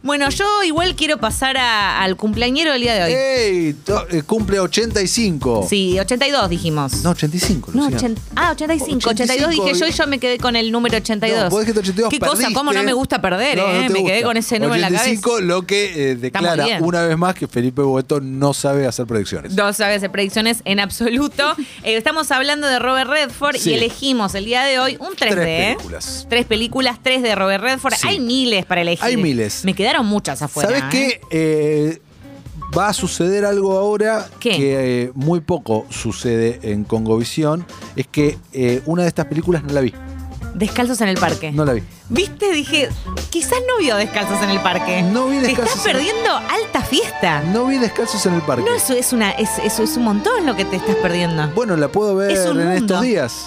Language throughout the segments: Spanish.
Bueno, yo igual quiero pasar al cumpleañero del día de hoy. ¡Ey! Cumple 85. Sí, 82 dijimos. No, 85. No, Lucía. 85. 82 dije yo y yo me quedé con el número 82. No, vos dijiste 82, ¿Qué cosa? perdiste. ¿Cómo no me gusta perder? No, no te me gusta. quedé con ese número en la cabeza. 85, lo que declara bien. una vez más que Felipe Boeto no sabe hacer predicciones. No sabe hacer predicciones en absoluto. Estamos hablando de Robert Redford Sí. y elegimos el día de hoy un 3D. películas. 3 películas, 3 de Robert Redford. Sí. Hay miles para elegir. Hay miles. Me quedaron muchas afuera. ¿Sabés qué? Va a suceder algo ahora ¿Qué? que muy poco sucede en Congovisión. Es que una de estas películas no la vi. Descalzos en el parque. No la vi. ¿Viste? Dije, quizás no vio Descalzos en el parque. No vi Te Descalzos estás perdiendo alta fiesta. No vi Descalzos en el parque. No, eso es un montón lo que te estás perdiendo. Bueno, la puedo ver Es un en mundo. estos días.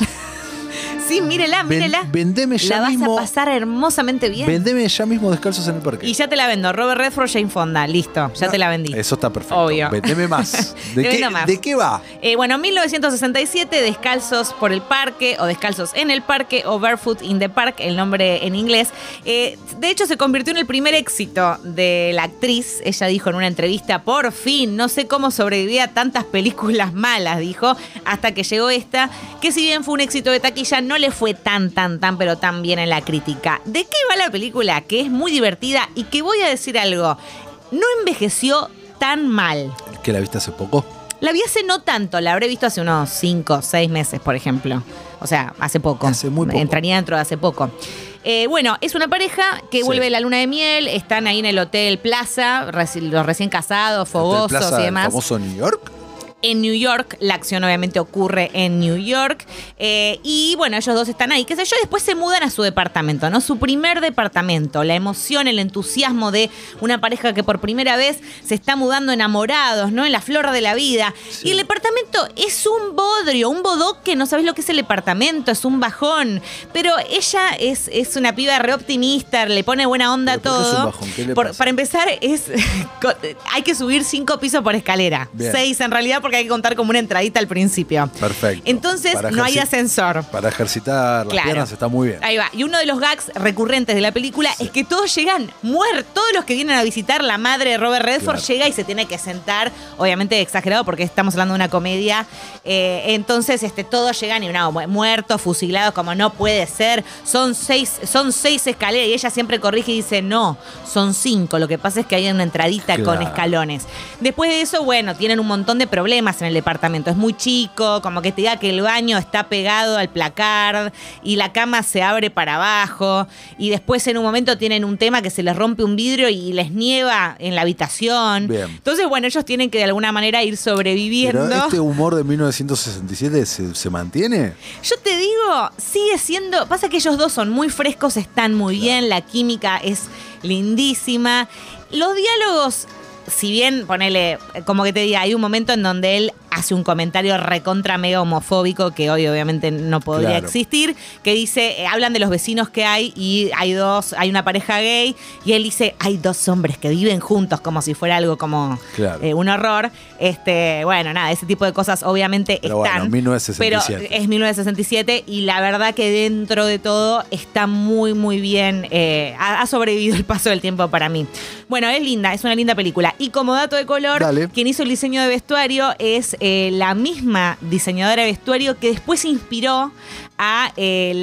Sí, mírela. Vendeme ya La vas mismo. a pasar hermosamente bien. Vendeme ya mismo Descalzos en el parque. Y ya te la vendo. Robert Redford, Jane Fonda. Listo, ya No, te la vendí. Eso está perfecto. Obvio. Vendeme más. Te vendo más. ¿De qué va? Bueno, 1967, Descalzos por el Parque, o Descalzos en el Parque, o Barefoot in the Park, el nombre en inglés. De hecho, se convirtió en el primer éxito de la actriz. Ella dijo en una entrevista, por fin, no sé cómo sobrevivía a tantas películas malas, dijo, hasta que llegó esta, que si bien fue un éxito de taquilla, no le fue tan bien en la crítica. ¿De qué va la película? Que es muy divertida y que voy a decir algo, no envejeció tan mal. ¿Que la viste hace poco? La vi hace no tanto, la habré visto hace unos 5 o 6 meses, por ejemplo. O sea, hace poco. Hace muy poco. Entraría dentro de hace poco. Bueno, es una pareja que Sí. vuelve de la luna de miel, están ahí en el Hotel Plaza, los recién casados, fogosos Plaza, y demás. ¿El famoso New York? En New York, la acción obviamente ocurre en New York. Y bueno, ellos dos están ahí, qué sé yo, y después se mudan a su departamento, ¿no? Su primer departamento, la emoción, el entusiasmo de una pareja que por primera vez se está mudando enamorados, ¿no? En la flor de la vida. Sí. Y el departamento es un bodrio, un bodoque, no sabés lo que es el departamento, es un bajón. Pero ella es una piba re optimista, le pone buena onda a ¿Pero por qué todo. es un bajón? ¿Qué le pasa? Para empezar, hay que subir 5 pisos por escalera. Bien. 6 en realidad, porque hay que contar como una entradita al principio. Perfecto. Entonces Para no hay ejerci- ascensor. Para ejercitar las Claro. piernas está muy bien. Ahí va. Y uno de los gags recurrentes de la película es que todos llegan muertos. Todos los que vienen a visitar la madre de Robert Redford Claro. llega y se tiene que sentar. Obviamente exagerado porque estamos hablando de una comedia. Entonces todos llegan y muertos, fusilados, como no puede ser. Son 6 escaleras. Y ella siempre corrige y dice, no, son 5. Lo que pasa es que hay una entradita con Claro. escalones. Después de eso, bueno, tienen un montón de problemas en el departamento. Es muy chico, como que te diga que el baño está pegado al placard y la cama se abre para abajo. Y después en un momento tienen un tema que se les rompe un vidrio y les nieva en la habitación. Bien. Entonces, bueno, ellos tienen que de alguna manera ir sobreviviendo. Pero este humor de 1967 se mantiene. Yo te digo, sigue siendo... Pasa que ellos dos son muy frescos, están muy bien, la química es lindísima. Los diálogos, si bien, ponele, como que te diga, hay un momento en donde él hace un comentario recontra mega homofóbico que hoy obviamente no podría Claro. existir, que dice, hablan de los vecinos que hay y hay una pareja gay y él dice, hay 2 hombres que viven juntos como si fuera algo como Claro. un horror. Bueno, nada, ese tipo de cosas obviamente Pero están. bueno, 1967. Pero es 1967 y la verdad que dentro de todo está muy, muy bien. Ha sobrevivido el paso del tiempo para mí. Bueno, es linda, es una linda película. Y como dato de color, Dale. quien hizo el diseño de vestuario es la misma diseñadora de vestuario que después inspiró a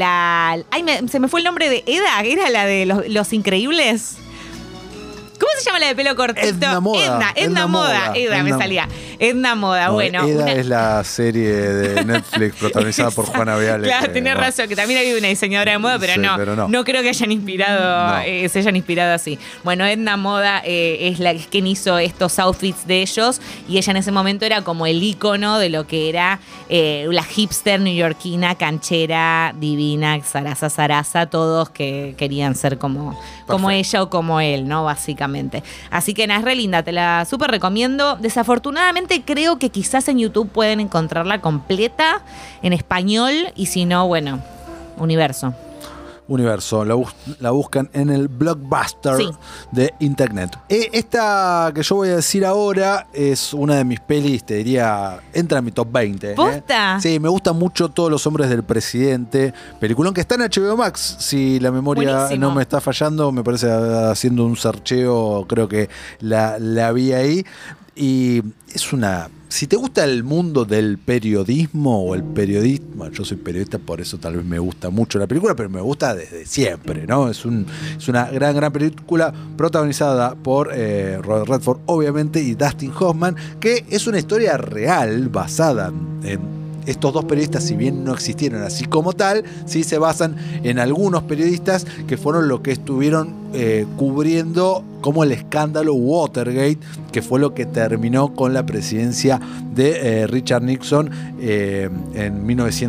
se me fue el nombre de Eda, era la de los Increíbles. ¿Cómo se llama la de pelo cortito? Edna Moda. Edna Moda. Edna me salía. Edna Moda, No, bueno. Eda es la serie de Netflix protagonizada por Juana Viale. Claro, que, tenés bueno, razón, que también había una diseñadora de moda, pero, Sí, no, pero no. no creo que hayan inspirado, No. se hayan inspirado así. Bueno, Edna Moda es quien hizo estos outfits de ellos y ella en ese momento era como el ícono de lo que era la hipster neoyorquina, canchera, divina, zaraza, todos que querían ser como ella o como él, ¿no? Básicamente. Así que nada, es re linda, te la súper recomiendo. Desafortunadamente creo que quizás en YouTube pueden encontrarla completa en español y si no, bueno, Universo. Universo. La buscan en el Blockbuster de Internet. Esta que yo voy a decir ahora es una de mis pelis, te diría, entra en mi top 20. ¿Posta? Sí, me gustan mucho Todos los hombres del presidente. Peliculón que está en HBO Max, si la memoria Buenísimo. no me está fallando. Me parece, haciendo un searcheo, creo que la vi ahí. Y es una... Si te gusta el mundo del periodismo o el periodismo, yo soy periodista, por eso tal vez me gusta mucho la película, pero me gusta desde siempre, ¿no? Es una gran película protagonizada por Robert Redford, obviamente, y Dustin Hoffman, que es una historia real basada en estos dos periodistas. Si bien no existieron así como tal, sí se basan en algunos periodistas que fueron los que estuvieron cubriendo como el escándalo Watergate, que fue lo que terminó con la presidencia de Richard Nixon en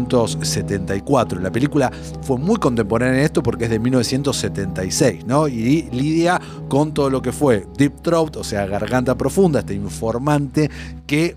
1974. La película fue muy contemporánea en esto porque es de 1976, ¿no? Y lidia con todo lo que fue Deep Throat, o sea, garganta profunda, este informante que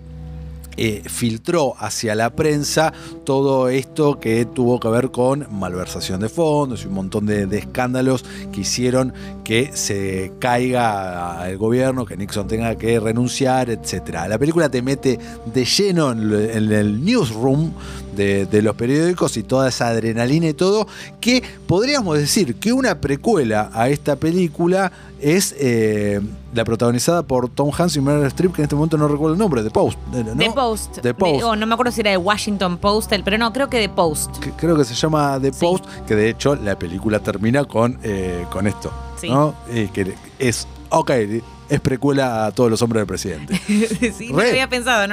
filtró hacia la prensa todo esto que tuvo que ver con malversación de fondos y un montón de escándalos que hicieron que se caiga el gobierno, que Nixon tenga que renunciar, etc. La película te mete de lleno en el newsroom de los periódicos y toda esa adrenalina y todo, que podríamos decir que una precuela a esta película es la protagonizada por Tom Hanks y Meryl Streep, que en este momento no recuerdo el nombre, The Post. ¿No? The Post. No me acuerdo si era de Washington Post, pero no, creo que The Post. Creo que se llama The Post, que de hecho la película termina con esto, sí. ¿no? Que es, es precuela a Todos los hombres del presidente. Sí, no lo había pensado.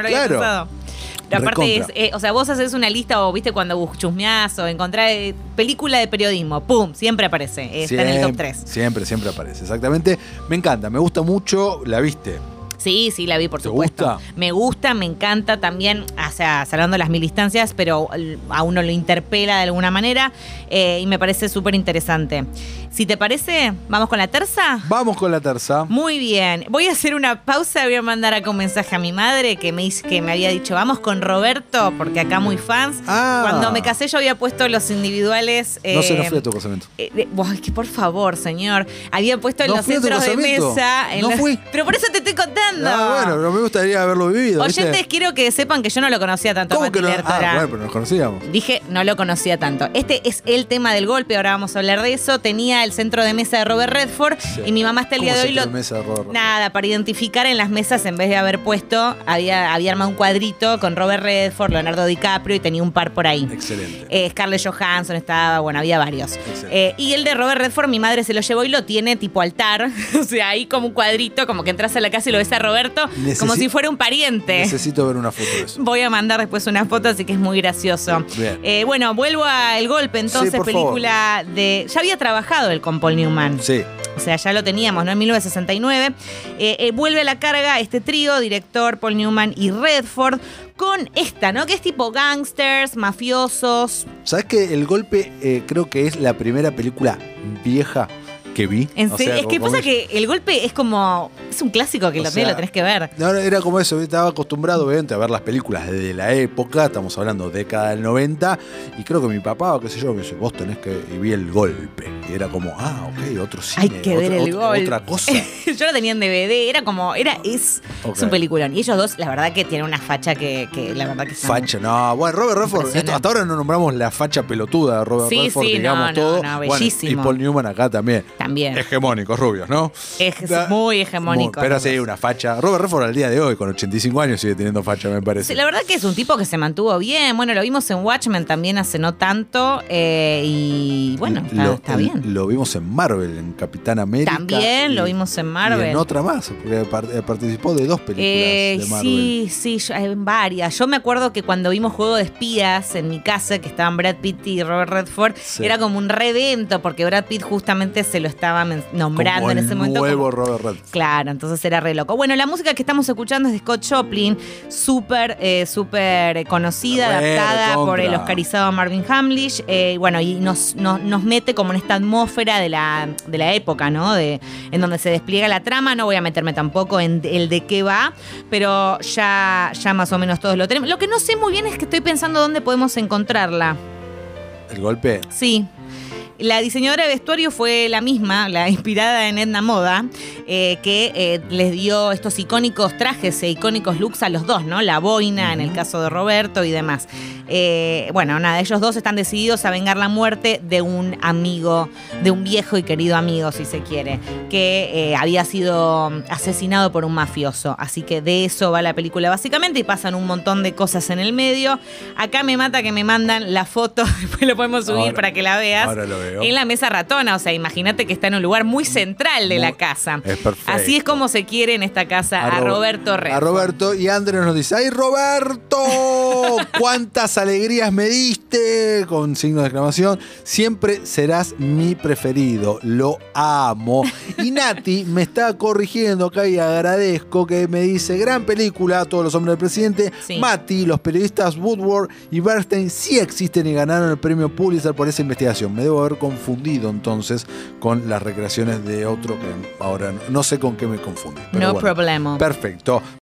Pero aparte o sea, vos haces una lista o viste cuando chusmeás o encontrás película de periodismo, ¡pum! Siempre aparece, está en el top 3. Siempre aparece, exactamente. Me encanta, me gusta mucho. ¿La viste? Sí, la vi, por supuesto. ¿Te gusta? Me gusta, me encanta también, o sea, salvando las mil distancias, pero a uno lo interpela de alguna manera y me parece súper interesante. Si te parece, ¿vamos con la terza? Vamos con la terza. Muy bien. Voy a hacer una pausa, voy a mandar acá un mensaje a mi madre que me había dicho, vamos con Roberto, porque acá muy fans. Cuando me casé yo había puesto los individuales. No se nos fui a tu casamiento. Que por favor, señor. Había puesto en los centros de mesa. Fui. Pero por eso te estoy contando. Bueno, pero me gustaría haberlo vivido. Oyentes, ¿viste? quiero que sepan que yo no lo conocía tanto. ¿Cómo que no? Bueno, pero nos conocíamos. Dije, no lo conocía tanto. Este es el tema del golpe, ahora vamos a hablar de eso. Tenía el centro de mesa de Robert Redford y mi mamá hasta el día de hoy nada, para identificar en las mesas, en vez de haber puesto, había armado un cuadrito con Robert Redford, Leonardo DiCaprio y tenía un par por ahí. Excelente. Scarlett Johansson estaba, bueno, había varios. Y el de Robert Redford, mi madre se lo llevó y lo tiene tipo altar, o sea, ahí como un cuadrito, como que entras a la casa y lo ves a Roberto como si fuera un pariente. Necesito ver una foto de eso. Voy a mandar después una foto, así que es muy gracioso. Bueno, vuelvo a El Golpe, entonces, sí, película favor. Ya había trabajado él con Paul Newman. Sí. O sea, ya lo teníamos, ¿no? En 1969. Vuelve a la carga este trío, director Paul Newman y Redford, con esta, ¿no? Que es tipo gangsters, mafiosos. ¿Sabes que El Golpe creo que es la primera película vieja que vi? ¿En serio? Es que pasa que El Golpe es como... Es un clásico que lo tenés que ver. No, era como eso. Estaba acostumbrado, obviamente, a ver las películas de la época. Estamos hablando de década del 90. Y creo que mi papá, o qué sé yo, me dice, vos tenés que... Y vi El Golpe. Y era como, otro cine. Hay que ver El Golpe. Otra cosa. Yo lo tenía en DVD. Era como... Es un peliculón. Y ellos dos, la verdad que tienen una facha que la verdad que... Facha, no. Bueno, Robert Redford, hasta ahora no nombramos la facha pelotuda de Robert Redford, digamos todo. No, bellísimo. Bueno, y Paul Newman acá también. Hegemónicos, rubios, ¿no? Es muy hegemónico. Pero sí, una facha. Robert Redford al día de hoy, con 85 años, sigue teniendo facha, me parece. Sí, la verdad que es un tipo que se mantuvo bien. Bueno, lo vimos en Watchmen también hace no tanto. Y bueno, está bien. Lo vimos en Marvel, en Capitán América. También lo vimos en Marvel. Y en otra más, porque participó de 2 películas de Marvel. Sí, en varias. Yo me acuerdo que cuando vimos Juego de Espías en mi casa, que estaban Brad Pitt y Robert Redford, era como un re-evento, porque Brad Pitt justamente se lo estaba nombrando como en ese momento. Nuevo Robert Redford. Claro, entonces era re loco. Bueno, la música que estamos escuchando es de Scott Joplin, súper conocida, adaptada por el oscarizado Marvin Hamlish. Bueno, y nos mete como en esta atmósfera de la época, ¿no? En donde se despliega la trama. No voy a meterme tampoco en el de qué va, pero ya más o menos todos lo tenemos. Lo que no sé muy bien es que estoy pensando dónde podemos encontrarla. ¿El Golpe? Sí. La diseñadora de vestuario fue la misma, la inspirada en Edna Moda, que les dio estos icónicos trajes e icónicos looks a los dos, ¿no? La boina en el caso de Roberto y demás. Bueno, nada, ellos dos están decididos a vengar la muerte de un amigo, de un viejo y querido amigo, si se quiere, que había sido asesinado por un mafioso. Así que de eso va la película básicamente y pasan un montón de cosas en el medio. Acá me mata que me mandan la foto, después lo podemos subir ahora, para que la veas. Ahora lo veo. En la mesa ratona, o sea, imagínate que está en un lugar muy central de la casa. Es perfecto. Así es como se quiere en esta casa a Roberto Redford. A Roberto, y Andrés nos dice: ¡ay, Roberto! ¡Cuántas alegrías me diste! Con signo de exclamación. Siempre serás mi preferido. Lo amo. Y Nati me está corrigiendo acá y agradezco que me dice: gran película, Todos los hombres del presidente. Sí. Mati, los periodistas Woodward y Bernstein sí existen y ganaron el premio Pulitzer por esa investigación. Me debo haber confundido entonces con las recreaciones de otro que ahora no sé con qué me confundí. No problema. Perfecto.